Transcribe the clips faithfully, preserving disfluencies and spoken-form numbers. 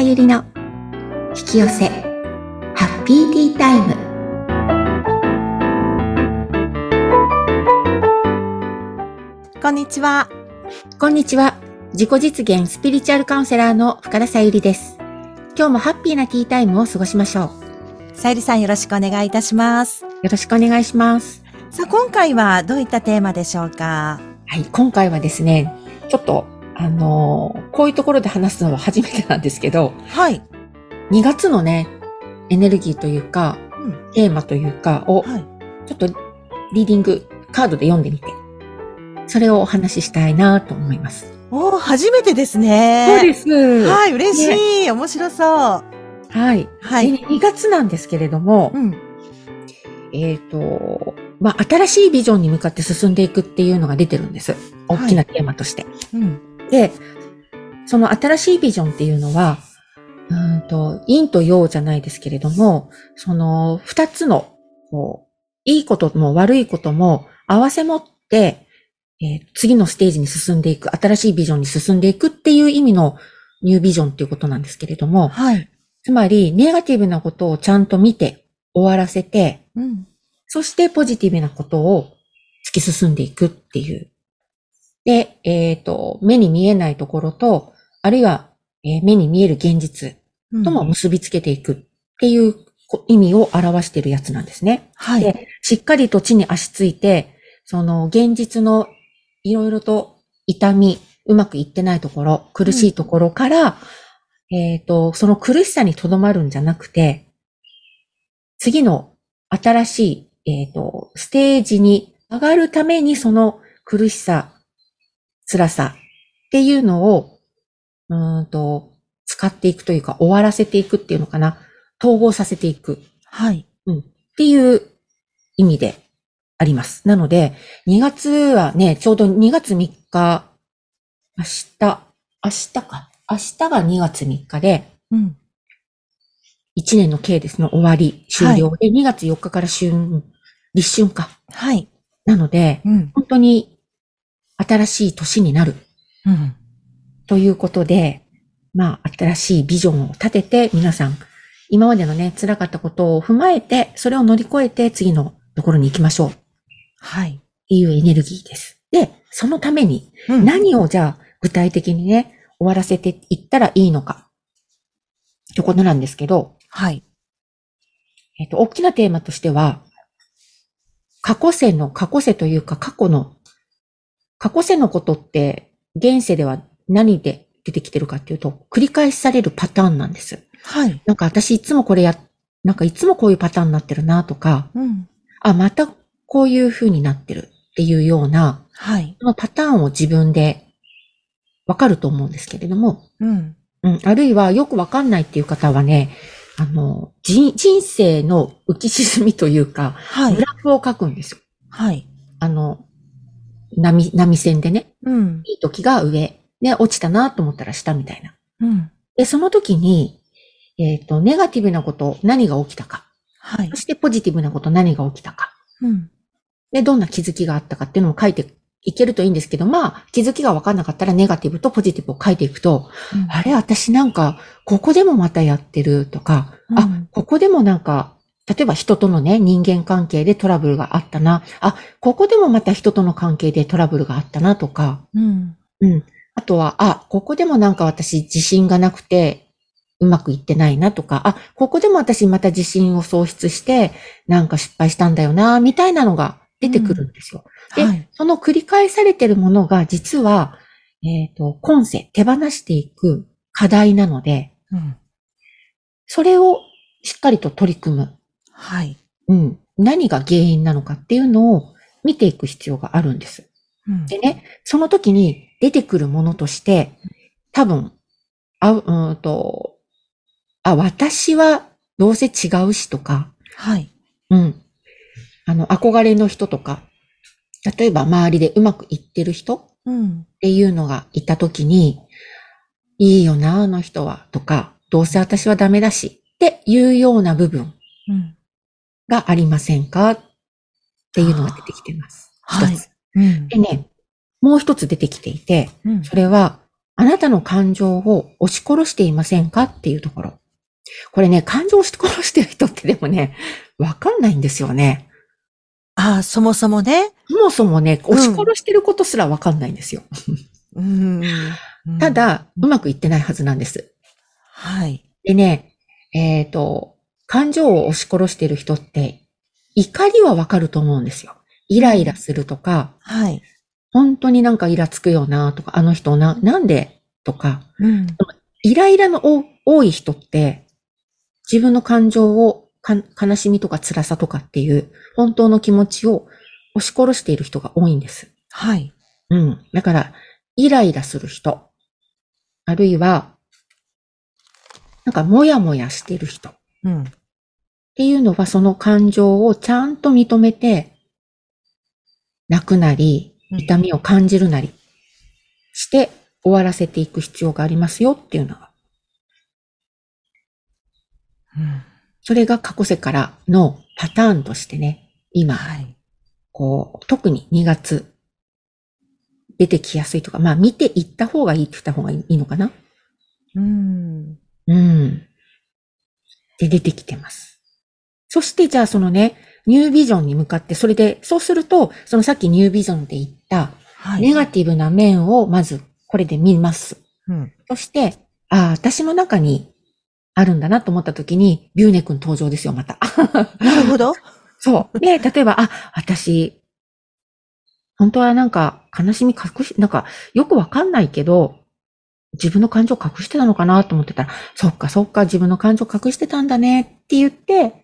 ゆりの引き寄せハッピーティータイム。 こんにちは。 こんにちは。自己実現スピリチュアルカウンセラーの深田さゆりです。今日もハッピーなティータイムを過ごしましょう。 さゆりさん、よろしくお願いいたします。 よろしくお願いします。 さあ、今回はどういったテーマでしょうか？ はい、今回はですね、ちょっとあのー、こういうところで話すのは初めてなんですけど、 はい。 にがつのね、エネルギーというか、 うん、 テーマというかを、 はい。 ちょっとリーディングカードで読んでみて、それをお話ししたいなと思います。 おー、初めてですね。 そうです。 はい、嬉しい。 ね、 面白そう。 はい。 はい。 でにがつなんですけれども、 うん。 えっと、まあ、新しいビジョンに向かって進んでいくっていうのが出てるんです。大きなテーマとして。 うん。 で、その新しいビジョンっていうのは、うーんと、陰と陽じゃないですけれども、その二つの、こう、いいことも悪いことも合わせ持って、えー次のステージに進んでいく、新しいビジョンに進んでいくっていう意味のニュービジョンっていうことなんですけれども、 はい。 つまり、ネガティブなことをちゃんと見て終わらせて、 うん。 そしてポジティブなことを突き進んでいくっていう。で、えっと、目に見えないところと、あるいは、えー目に見える現実うんとも結びつけていくっていうこ意味を表しているやつなんですね。 はい。 で、しっかりと地に足ついて、その現実のいろいろと痛み、うまくいってないところ、苦しいところから、えっと、その苦しさにとどまるんじゃなくて、次の新しい、えっと、ステージに上がるためにその苦しさ、辛さっていうのを、うーんと、使っていくというか、終わらせていくっていうのかな。統合させていく。 はい。 うん。っていう意味であります。なので、にがつはね、ちょうどにがつみっか、明日、明日か。明日がにがつみっかで、 うん。 いちねんの計ですの終わり、終了で、にがつよっかから春、立春か。 はい。 なので、 うん。 本当に新しい年になるうん。 ということで、まあ、新しいビジョンを立てて、皆さん、今までのね、辛かったことを踏まえて、それを乗り越えて次のところに行きましょうっはい。 ていうエネルギーです。で、そのために、 うん。 何をじゃあ、具体的にね、終わらせていったらいいのか、ってことなんですけど、 はい。 えっと、大きなテーマとしては、過去世の、過去世というか過去の、過去世のことって、現世では何で出てきてるかっていうと、繰り返しされるパターンなんです。 はい。 なんか私いつもこれや、なんかいつもこういうパターンになってるなとか、 うん。 あ、またこういう風になってるっていうような、 はい。 そのパターンを自分でわかると思うんですけれども、 うん。 うん、あるいはよくわかんないっていう方はね、あの、人、人生の浮き沈みというか、 はい。 グラフを書くんですよ。 はい。 あの、波、波線でね、 うん。 いい時が上、で、落ちたなと思ったら下みたいな。 うん。 で、その時に、えっと、ネガティブなこと、何が起きたか。 はい。 そしてポジティブなこと、何が起きたか。 うん。 で、どんな気づきがあったかっていうのを書いていけるといいんですけど、まあ、気づきが分かんなかったらネガティブとポジティブを書いていくと、 うんあれ、私なんか、ここでもまたやってるとか、あ、 うんここでもなんか、例えば人とのね、人間関係でトラブルがあったな。あ、ここでもまた人との関係でトラブルがあったなとか、 うんうん。あとは、あ、ここでもなんか私自信がなくて、うまくいってないなとか、あ、ここでも私また自信を喪失して、なんか失敗したんだよな、みたいなのが出てくるんですよ。で、 はい。 その繰り返されてるものが実は、えっと、今世、手放していく課題なので、 うん。 それをしっかりと取り組む。 はい。 うん。何が原因なのかっていうのを見ていく必要があるんです。 うん。 でね、その時に出てくるものとして、多分、あ、うーんと、あ、私はどうせ違うしとか、 はい。 うん。あの、憧れの人とか、例えば周りでうまくいってる人っうん。 ていうのがいた時に、いいよな、あの人は、とか、どうせ私はダメだし、っていうような部分うん。 がありませんかっていうのが出てきてます。一はい。 つ。 うん。 でね、もう一つ出てきていて、 うん。 それは、 あなたの感情を押し殺していませんかっていうところ。これね、感情を押し殺してる人ってでもね、わかんないんですよね。 ああ、そもそもね。 そもそもね、押し殺してることすらわかんないんですよ。 うん。 ただ、 うんうまくいってないはずなんです。 はい。 でね、えっと、感情を押し殺してる人って、怒りはわかると思うんですよ。イライラするとか、 はい。 本当になんかイラつくよなとか、あの人な、なんでとか、 うん。 イライラの多多い人って、自分の感情をか、悲しみとか辛さとかっていう、本当の気持ちを押し殺している人が多いんです。 はい。 うん。だから、イライラする人、あるいは、なんかもやもやしている人っうん。 ていうのは、その感情をちゃんと認めて、泣くなり、痛みを感じるなりして終わらせていく必要がありますよっていうのが。 うん。 それが過去世からのパターンとしてね、今、 はい。 こう、特ににがつ出てきやすいとか、まあ見ていった方がいいって言った方がいいのかな。 うん。 うん。で出てきてます。そしてじゃあそのね、ニュービジョンに向かって、それで、そうすると、そのさっきニュービジョンで言った、 はい。 ネガティブな面をまずこれで見ます。 うん。 そして、ああ、私の中にあるんだなと思った時に、ビューネ君登場ですよ、また。 なるほど。 そう。で、例えば、あ、私、本当はなんか悲しみ隠し、なんかよくわかんないけど、自分の感情隠してたのかなと思ってたら、そっかそっか自分の感情隠してたんだねって言って、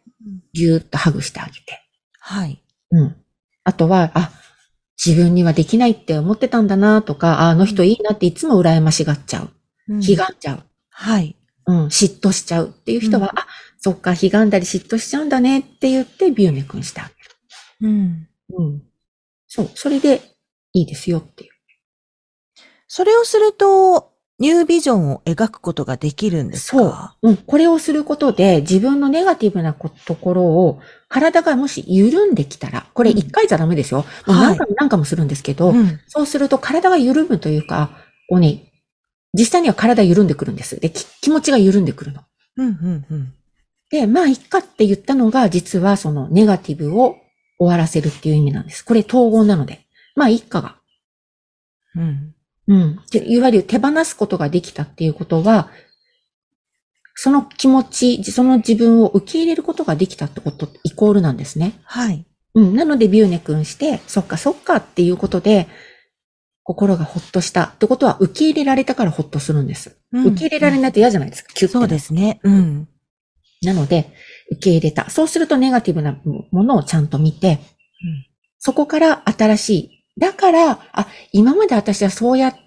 ぎゅーっとハグしてあげて。 はい。 うん。あとは、あ、自分にはできないって思ってたんだなとか、あ、あの人いいなっていつも羨ましがっちゃう。 うんひがんじゃう。 はい。 うん、嫉妬しちゃうっていう人は、 うんあ、そっか、ひがんだり嫉妬しちゃうんだねって言ってビューネ君してあげる。 うん。 うん。そう、それでいいですよっていう。 それをすると、ニュービジョンを描くことができるんですか？ そう。うん。これをすることで、自分のネガティブなこところを、体がもし緩んできたら、これ一回じゃダメですよ。もう何回も何回もするんですけど、 うん。 そうすると体が緩むというか、こうね、実際には体緩んでくるんです。で、き気持ちが緩んでくるの。 うん、うん、うん。 で、まあ、いっかって言ったのが、実はそのネガティブを終わらせるっていう意味なんです。これ統合なので。まあ、いっかが。 うん。 うん。でいわゆる手放すことができたっていうことは、その気持ち、その自分を受け入れることができたってことイコールなんですね。 はい。 うん。なのでビューネ君して、そっかそっかっていうことで、心がほっとしたってことは受け入れられたからほっとするんです。 うん受け入れられないと嫌じゃないですか。キュッてなそうですね。うん。 なので、受け入れた。そうするとネガティブなものをちゃんと見て、 うんそこから新しい。だから、あ、今まで私はそうやって、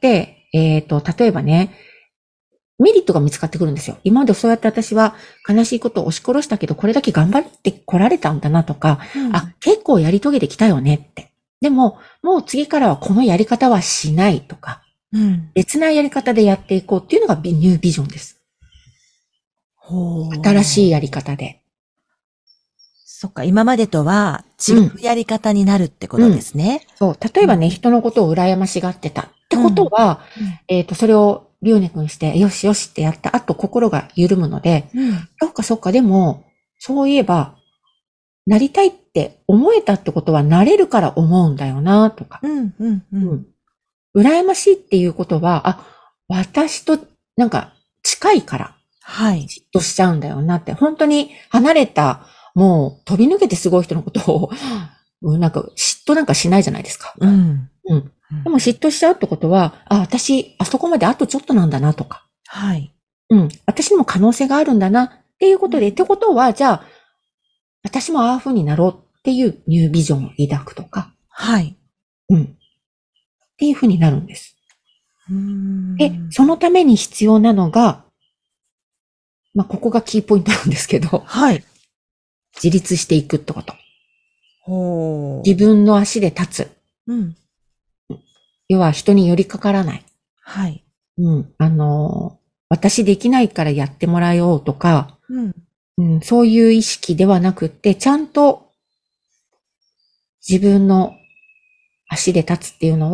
えっと、例えばね、メリットが見つかってくるんですよ。今までそうやって私は悲しいことを押し殺したけど、これだけ頑張ってこられたんだなとか、 うんあ、結構やり遂げてきたよねって。でも、もう次からはこのやり方はしないとか、 うん。 別なやり方でやっていこうっていうのがニュービジョンです。 ほう。 新しいやり方で。 そっか、今までとは違うやり方になるってことですね。 そう。例えばね、 うん人のことを羨ましがってたってことは、えっと、それをビューネ君して、よしよしってやった後、心が緩むので、 うん。 そっかそっか、でも、そういえば、なりたいって思えたってことは、なれるから思うんだよな、とか。 うん、うん、う。 うんん。羨ましいっていうことは、あ、私と、なんか、近いから、 はい。 嫉妬しちゃうんだよなって。本当に離れた、もう飛び抜けてすごい人のことを、もうなんか嫉妬なんかしないじゃないですか。 うん。 うん。でも嫉妬しちゃうってことは、あ、私、あそこまであとちょっとなんだなとか。 はい。 うん。私にも可能性があるんだなっていうことで、 うんってことは、じゃあ、私もああいう風になろうっていうニュービジョンを抱くとか。 はい。 うん。っていう風になるんです。 うーんで、そのために必要なのが、まあ、ここがキーポイントなんですけど、 はい。 自立していくってこと。 ほう。 自分の足で立つ。 うん。 要は人に寄りかからない。 はい。 うん。あの、私できないからやってもらおうとか、 うん。 うん、そういう意識ではなくって、ちゃんと自分の足で立つっていうのは、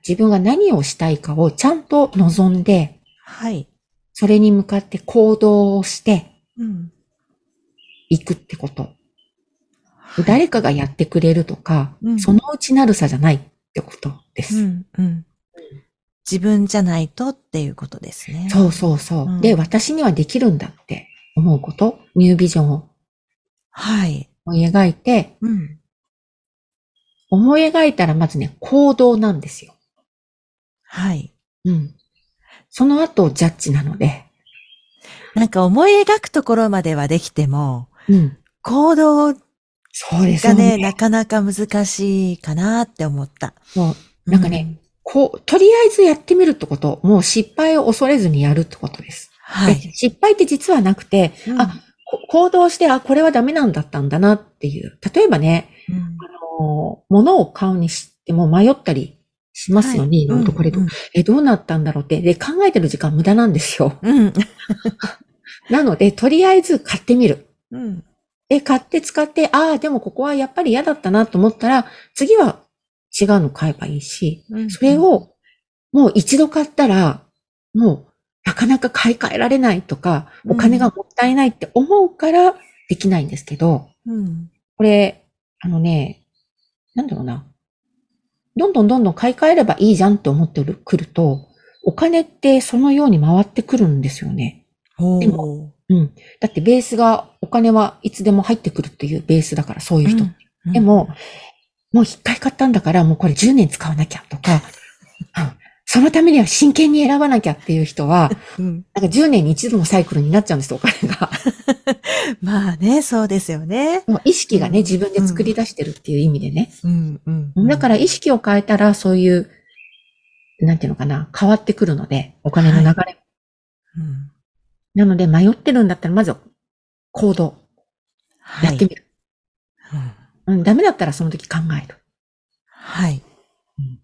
自分が何をしたいかをちゃんと望んで、 はい。 それに向かって行動をしてうん。 いくってこと。 はい。 誰かがやってくれるとか、 うんそのうちなるさじゃないってことでうす。 ん。うん。自分じゃないとっていうことですね。 そうそうそう。 うんで、私にはできるんだって思うこと、ニュービジョンをはい。 思い描いて、 うん。 思い描いたらまずね、行動なんですよ。 はい。 うん。その後、ジャッジなので、 なんか思い描くところまではできても、 うん。 行動そうですよね。 がね、なかなか難しいかなって思った。 そう。 うなんかね、こう、とりあえずやってみるってこと、もう失敗を恐れずにやるってことです。で、 はい。 失敗って実はなくて、 うんあ、こ行動して、あ、これはダメなんだったんだなっていう。例えばね、 うんあの、物を買うにしても迷ったりしますよね、いろいろとこれと。 うん。 え、どうなったんだろうって。で、考えてる時間無駄なんですよ。 うん。 なので、とりあえず買ってみる。 うん。 で、買って使って、ああ、でもここはやっぱり嫌だったなと思ったら、次は違うの買えばいいし、 うんそれをもう一度買ったら、もうなかなか買い替えられないとか、お金がもったいないって思うからできないんですけど、 うん。 これ、あのね、なんだろうな。どんどんどんどん買い替えればいいじゃんって思ってくると、お金ってそのように回ってくるんですよね。でも、 おー。 うん。だってベースが、お金はいつでも入ってくるっていうベースだから、そういう人。 うんでも、もう一回買ったんだから、もうこれじゅうねん使わなきゃとか、うんそのためには真剣に選ばなきゃっていう人は、 うんなんかじゅうねんに一度のサイクルになっちゃうんですよ、お金が。 まあね、そうですよね。 もう意識がね、 うん自分で作り出してるっていう意味でね。 うんうんうん。 だから意識を変えたら、そういう、なんていうのかな、変わってくるので、お金の流れ。 はいうんなので、迷ってるんだったら、まず、行動。 はい。 やってみる。 うんうん、ダメだったらその時考える。 はい。 うん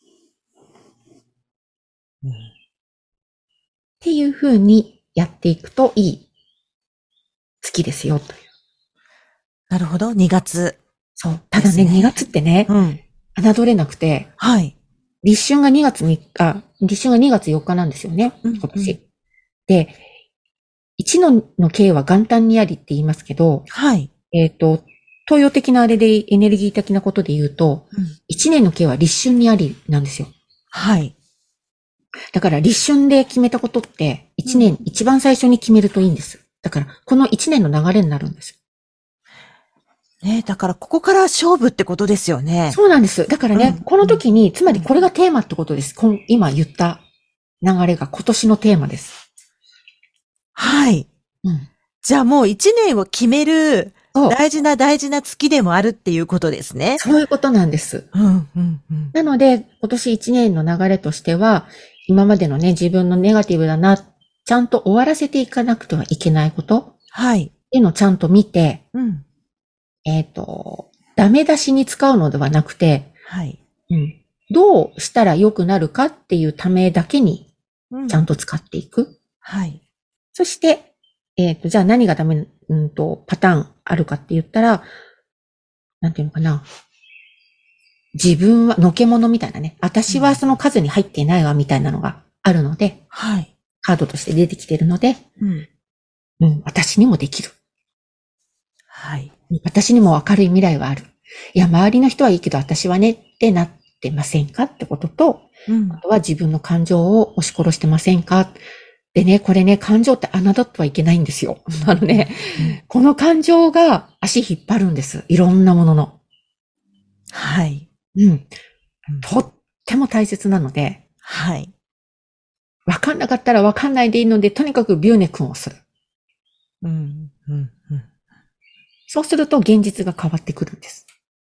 うんっていう風にやっていくといい月ですよ、という。 なるほど。にがつ。 そう。ただね、 ですねにがつってね、 うん。 侮れなくて、 はい。 立春がにがつみっか、立春がにがつよっかなんですよね、 うん今年。 うんで、いちのの計は元旦にありって言いますけど、 はい。 えっ、と、東洋的なあれでエネルギー的なことで言うと、 うんいちねんの計は立春にありなんですよ。 はい。 だから立春で決めたことって、いちねん、 うん一番最初に決めるといいんです。だから、このいちねんの流れになるんです。 ねだからここから勝負ってことですよね。 そうなんです。だからね、 うんこの時に、つまりこれがテーマってことです。今今言った流れが今年のテーマです。 はい。 うん。 じゃあもう一年を決めるそう。 大事な大事な月でもあるっていうことですね。 そういうことなんです。 うん、うん、うん。 なので、今年いちねんの流れとしては、今までのね、自分のネガティブだな、ちゃんと終わらせていかなくてはいけないことっはい。 ていうのをちゃんと見て、 うん。 えっ、と、ダメ出しに使うのではなくて、 はい。 うん、どうしたら良くなるかっていうためだけにうんちゃんと使っていく。 はい。 そして、えっ、と、じゃあ何がダメ、うんと、パターンあるかって言ったら、なんていうのかな。自分は、のけものみたいなね。私はその数に入っていないわ、みたいなのがあるので、 はい。 カードとして出てきてるので、 うん。 うん、私にもできる。 はい。 私にも明るい未来はある。いや、周りの人はいいけど、私はね、ってなってませんかってことと、 うんあ。とは自分の感情を押し殺してませんかでね、これね、感情って侮ってはいけないんですよ。あのね、この感情が足引っ張るんです。いろんなものの。 はい。 うん。 うんとっても大切なので、 はい。 わかんなかったらわかんないでいいので、とにかくビューネ君をする。 うん。うん。うん。 そうすると現実が変わってくるんです。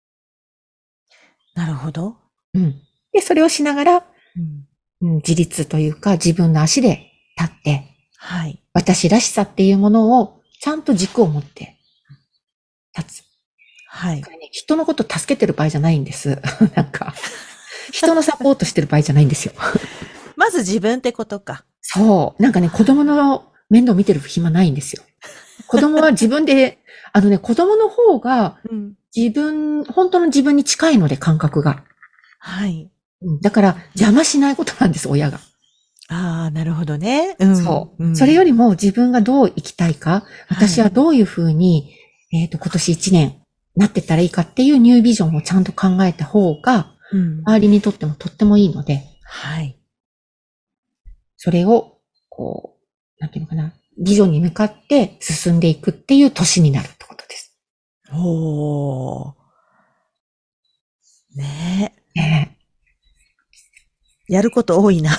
なるほど。 うん。で、それをしながら、 うん。 うん、自立というか自分の足で立って、 はい。 私らしさっていうものをちゃんと軸を持って立つ。 はい。 人のこと助けてる場合じゃないんです。なんか、人のサポートしてる場合じゃないんですよ。 まず自分ってことか。 そう。なんかね、子供の面倒見てる暇ないんですよ。子供は自分で、あのね、子供の方がうん。 自分、本当の自分に近いので、感覚が。 はい。 うんだから邪魔しないことなんです、親が。 ああ、なるほどね。うん。 そう。 んそれよりも自分がどう生きたいか、私はどういうふうに、えっと、今年一年なってったらいいかっていうニュービジョンをちゃんと考えた方が、 うん。 周りにとってもとってもいいので、 はい。 それを、こう、なんていうのかな、ビジョンに向かって進んでいくっていう年になるってことです。 おー。ねえ。 ねやること多いな。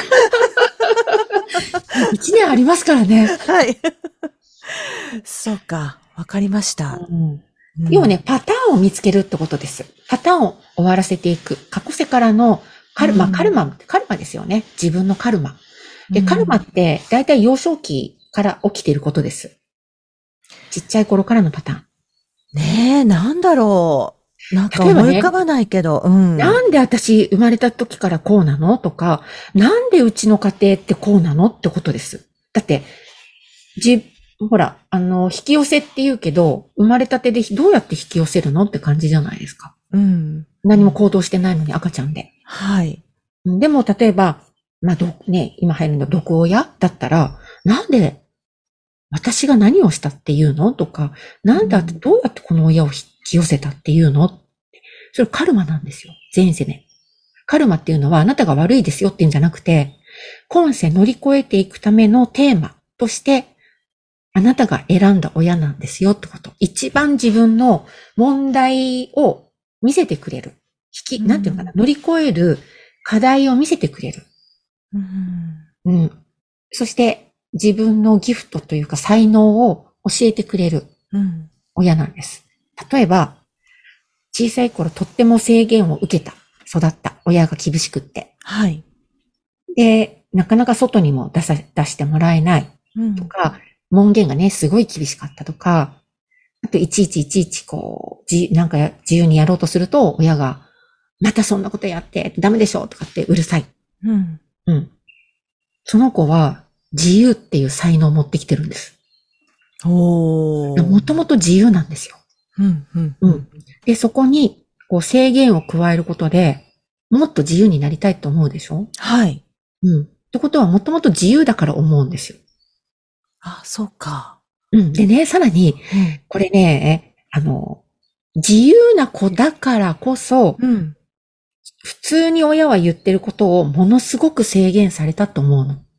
え。一年ありますからね。 はい。そうか。わかりました。 うんうん要はね、パターンを見つけるってことです。パターンを終わらせていく。過去世からのカルマ、 うんカルマ、カルマですよね。自分のカルマ。で、 うんカルマって大体幼少期から起きていることです。ちっちゃい頃からのパターン。 ねえ、なんだろう。なんか例えばね、 思い浮かばないけど、うん。 なんで私生まれた時からこうなのとか、なんでうちの家庭ってこうなのってことです。だって、じ、ほら、あの、引き寄せって言うけど、生まれたてでどうやって引き寄せるのって感じじゃないですか。 うん。 何も行動してないのに赤ちゃんで。 はい。 でも、例えば、まあ、ど、ね、今入るの毒親だったら、なんで私が何をしたっていうのとか、なんだ、 うんどうやってこの親を引き寄せたっていうのそれカルマなんですよ。前世ね。カルマっていうのはあなたが悪いですよっていうんじゃなくて、今世乗り越えていくためのテーマとして、あなたが選んだ親なんですよってこと。一番自分の問題を見せてくれる。引き、なんていうのかな、乗り越える課題を見せてくれる。 うん。 うん。そして自分のギフトというか才能を教えてくれるうん。 親なんです。例えば、小さい頃とっても制限を受けた、育った親が厳しくって。 はい。 で、なかなか外にも出さ、出してもらえないうんとか、門限がね、すごい厳しかったとか、あといちいちいちいちこう、じ、なんか自由にやろうとすると、親が、またそんなことやって、ダメでしょとかってうるさい。 うん。 うん。その子は、自由っていう才能を持ってきてるんです。 おー。 もともと自由なんですよ。 うん。うん。 うん。で、そこに、こう制限を加えることで、もっと自由になりたいと思うでしょはい。 うん。ってことは、もともと自由だから思うんですよ。 あ、そうか。 うん。でね、さらに、これね、あの、自由な子だからこそ、 うん。うん。 普通に親は言ってることをものすごく制限されたと思うの。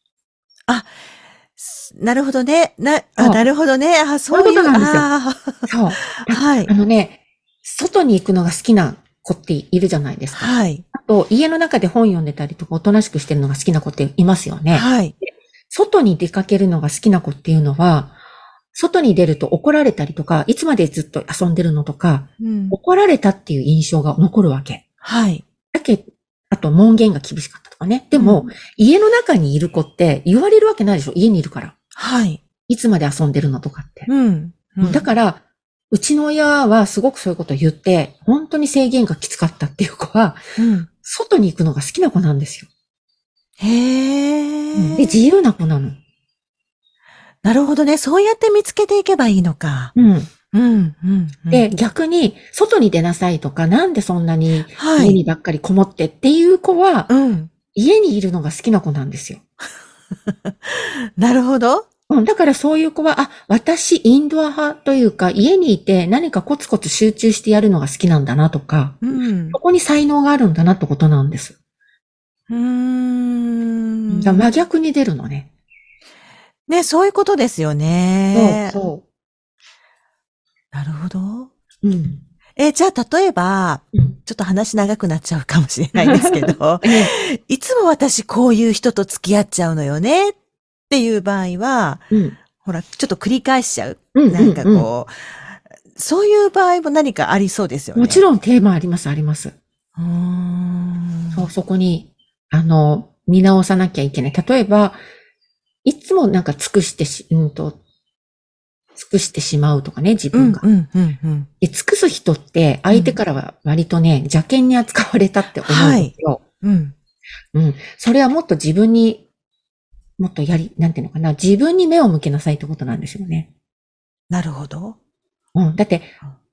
すなるほどね。な、あ、 そうなるほどね。あ、 そういうこそういう、 となんですよ。 あそう。 あ、はいあ。のね、外に行くのが好きな子っているじゃないですか。 はい。 あと、家の中で本読んでたりとか、おとなしくしてるのが好きな子っていますよね。 はい。 外に出かけるのが好きな子っていうのは、外に出ると怒られたりとか、いつまでずっと遊んでるのとか、 うん。 怒られたっていう印象が残るわけ。 はい。 だけあと門限が厳しかったとかね。でも、 うん家の中にいる子って言われるわけないでしょ家にいるから。 はい。 いつまで遊んでるのとかって。 うん。うんだから、うちの親はすごくそういうことを言って、本当に制限がきつかったっていう子は、 うん。 外に行くのが好きな子なんですよ。 へえ。 で、自由な子なの。 なるほどね。そうやって見つけていけばいいのか。 うん。 うん。うん。うんで、、逆に、外に出なさいとか、なんでそんなにはい。 家にばっかりこもってっていう子は、 うん。 家にいるのが好きな子なんですよ。 なるほど。 うん、だからそういう子は、あ、私インドア派というか、家にいて何かコツコツ集中してやるのが好きなんだなとか、 うん。 そこに才能があるんだなってことなんです。 うーん。 だから真逆に出るのね。 ね、そういうことですよね。 そう、そなるほど。 う。うん。 え、じゃあ、例えば、 うん。 ちょっと話長くなっちゃうかもしれないんですけど、 ねいつも私こういう人と付き合っちゃうのよねっていう場合は、 うん。 ほら、ちょっと繰り返しちゃう。 うん。 なんかこう、そういう場合も何かありそうですよね。 もちろんテーマあります、あります。 うーん。 そう、そこに、あの、見直さなきゃいけない。例えば、いつもなんか尽くしてし、うんと、尽くしてしまうとかね、自うん、 分が。 うん、うん、うん。 で、尽くす人って相手からは割とね、邪険に扱われたって思うんですよ。 うん。 うん。それはもっと自分に、もっとやり、なんていうのかな、自分に目を向けなさいってことなんですよね。 なるほど。 うん。だって、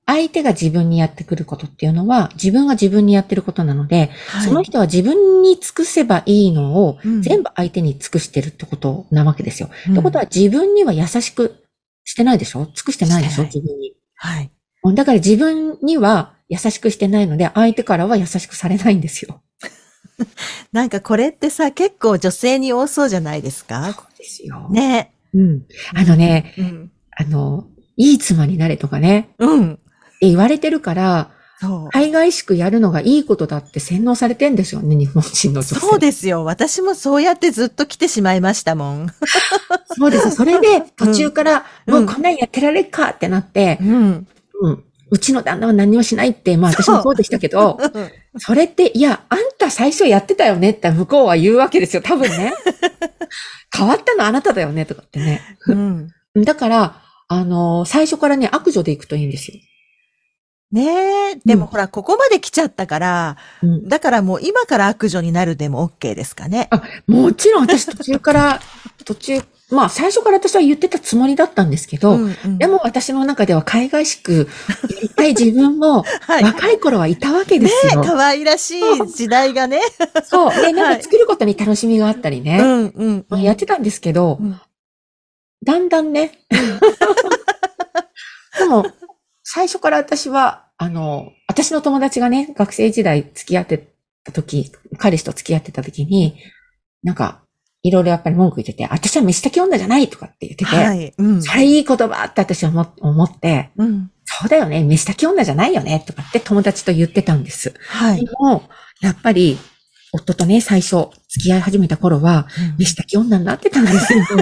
相手が自分にやってくることっていうのは、自分が自分にやってることなので、 はい、 その人は自分に尽くせばいいのを、 うん、 全部相手に尽くしてるってことなわけですよ。 うん、 ってことは自分には優しくしてないでしょ？尽くしてないでしょ？自分に。 はい。 だから自分には優しくしてないので、相手からは優しくされないんですよ。 なんかこれってさ、結構女性に多そうじゃないですか？ そうですよ。 ね。 うん。あのね、 うん。 あの、いい妻になれとかね、 うん。 って言われてるから、 そう。 海外しくやるのがいいことだって洗脳されてんですよね、日本人の女性。 そうですよ。私もそうやってずっと来てしまいましたもん。 そうです。それで途中から、 うん、 もうこんなんやってられっかってなって、 うん。 うん、うちの旦那は何もしないって、まあ私もそうでしたけど、それって、いや、あんた最初やってたよねって向こうは言うわけですよ、多分ね。変わったのあなただよね、とかってね。 うん、 だから、あのー、最初からね、悪女で行くといいんですよ。 ねえ。でもほら、ここまで来ちゃったから、 うん、 だからもう今から悪女になるでも OK ですかね。 あ、もちろん私途中から、途中、まあ最初から私は言ってたつもりだったんですけど、 うんうん、 でも私の中では海外しくやりたい自分も若い頃はいたわけですよ。 ねえ、可愛らしい時代がね。 そう。で、なんか作ることに楽しみがあったりね。 うんうんうん、 やってたんですけど、 うん、 だんだんね。でも、最初から私は、あの、私の友達がね、学生時代付き合ってた時、彼氏と付き合ってた時に、なんか、いろいろやっぱり文句言ってて、私は飯炊き女じゃないとかって言ってて、はい、うん、それいい言葉って私は思って、うん、そうだよね、飯炊き女じゃないよねとかって友達と言ってたんです。はい、でも、やっぱり、夫とね、最初、付き合い始めた頃は、うん、飯炊き女になってたんですよ。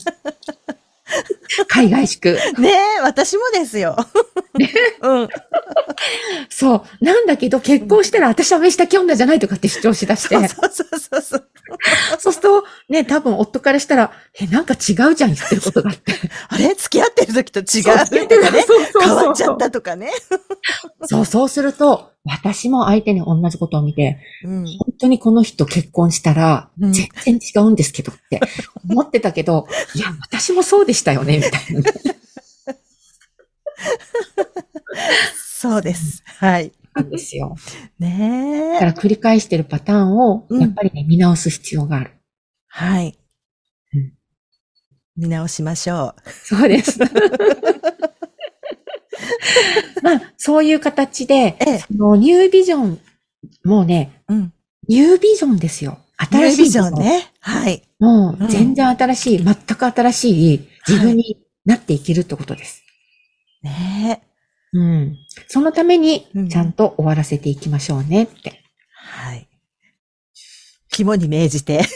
海外しく。 ねえ、私もですよ。 ね、うん。そう。なんだけど、結婚したら私は飯炊き女じゃないとかって主張しだして。 そうそうそうそう。 そうすると、ね、多分夫からしたら、え、なんか違うじゃん、言ってることがあって。 あれ付き合ってる時と違うとかね。そうそうそう変わっちゃったとかね。 そう、そうすると、私も相手に同じことを見て、うん、本当にこの人結婚したら、全然違うんですけどって思ってたけど、いや、私もそうでしたよね、みたいな。 そうです。はい。 なんですよ。 ねえ。 だから繰り返してるパターンを、やっぱりね、うん、見直す必要がある。 はい。うん、見直しましょう。 そうです。まあ、そういう形で、ええ、そのニュービジョン、もうね、うん、ニュービジョンですよ。新しいビジョンね。はい。もう、全然新しい、うん、全く新しい自分になっていけるってことです。 はい、ねえ。 うん。そのために、ちゃんと終わらせていきましょうねって。うん、 はい。肝に銘じて。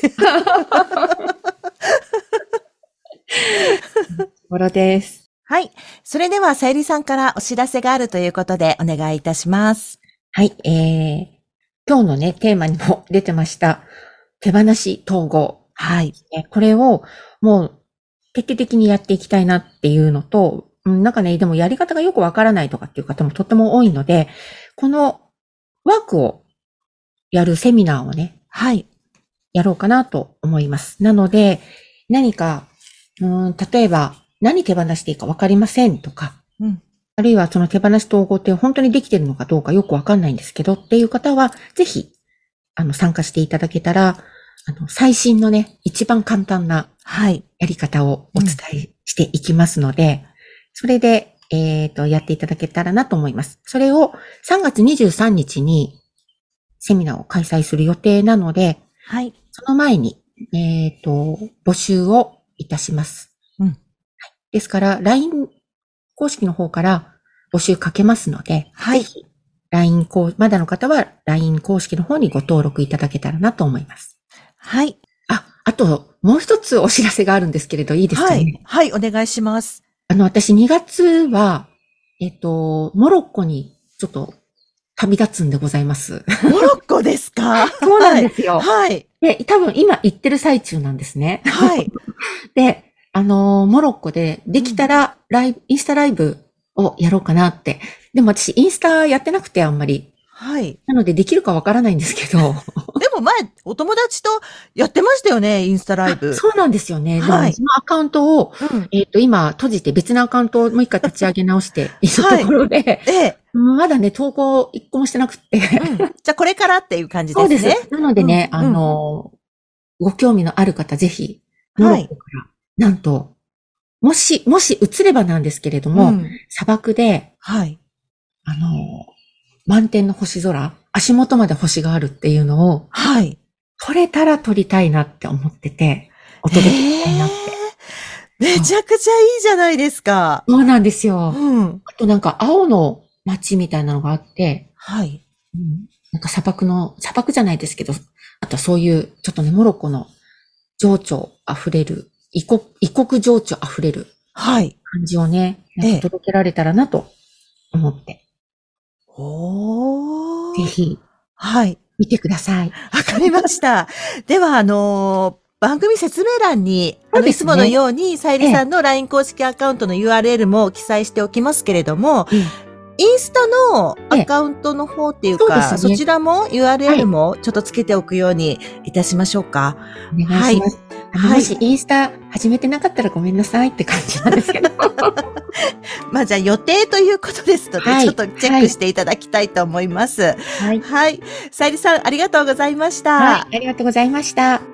ところです。 はい。それでは、さゆりさんからお知らせがあるということで、お願いいたします。 はい。えー、今日のね、テーマにも出てました。手放し統合。 はい。 これを、もう、徹底的にやっていきたいなっていうのと、なんかね、でもやり方がよくわからないとかっていう方もとっても多いので、このワークをやるセミナーをね、 はい。 やろうかなと思います。なので、何か、うーん、例えば、何手放していいかわかりませんとか、うん、あるいはその手放し統合って本当にできてるのかどうかよくわかんないんですけどっていう方は、ぜひ、あの、参加していただけたら、あの、最新のね、一番簡単な、はい、やり方をお伝えしていきますので、うん、それで、えっと、やっていただけたらなと思います。それをさんがつにじゅうさんにちにセミナーを開催する予定なので、はい。その前に、えっと、募集をいたします。うん。はい、ですから、ライン 公式の方から募集かけますので、はい。ぜひ、ライン 公、まだの方は ライン 公式の方にご登録いただけたらなと思います。はい。あ、あと、もう一つお知らせがあるんですけれど、いいですかね。 はい。はい、お願いします。 あの、私にがつは、えっと、モロッコにちょっと旅立つんでございます。 モロッコですか？ そうなんですよ。 はい。 で、多分今行ってる最中なんですね。 はい。 で、あの、モロッコでできたらライブ、インスタライブをやろうかなって。でも私インスタやってなくてあんまり。 はい。 なのでできるかわからないんですけど。 でも前、お友達とやってましたよね、インスタライブ。 そうなんですよね。でもね、 はい。 そのアカウントを、 うん。 えっと、今閉じて別のアカウントをもう一回立ち上げ直しているところで、 ええ。 まだね、投稿一個もしてなくって。 うん。じゃあこれからっていう感じそうですね。 です。なのでね、 うんあの、ご興味のある方、ぜひ、モロはい。 ッコから、なんと、もし、もし移ればなんですけれども、 うん。 砂漠で、 はい。 あの、満天の星空、足元まで星があるっていうのを、 はい。 撮れたら撮りたいなって思ってて、お届けしたいなって。 ええ。めちゃくちゃいいじゃないですか。 そうなんですよ。 うん。 あとなんか青の街みたいなのがあって、 はい。 うん、なんか砂漠の、砂漠じゃないですけど、あとはそういう、ちょっとね、モロッコの情緒あふれる、異国、異国情緒あふれるはい。 感じをね、なんええ。 か届けられたらなと思って、ぜおー。 ひはい。 見てください。 わかりました。では、あのー番組説明欄に、あそうの、いつものですね。 ように、さゆええ、 りさんの ライン 公式アカウントの ユーアールエル も記載しておきますけれども、 ええ、 インスタのええ、 アカウントの方っていうそうですか、そね。 ちらも ユーアールエルはい。 もちょっとつけておくようにいたしましょうか。 お願いはい。 します。あの、 はい。 もしインスタ始めてなかったらごめんなさいって感じなんですけど。 まあじゃあ予定ということですので、 はい。 ちょっとチェックしていただきたいと思います。 はい。 はい。さゆりさん、ありがとうございましはい。 た。 ありがとうございました。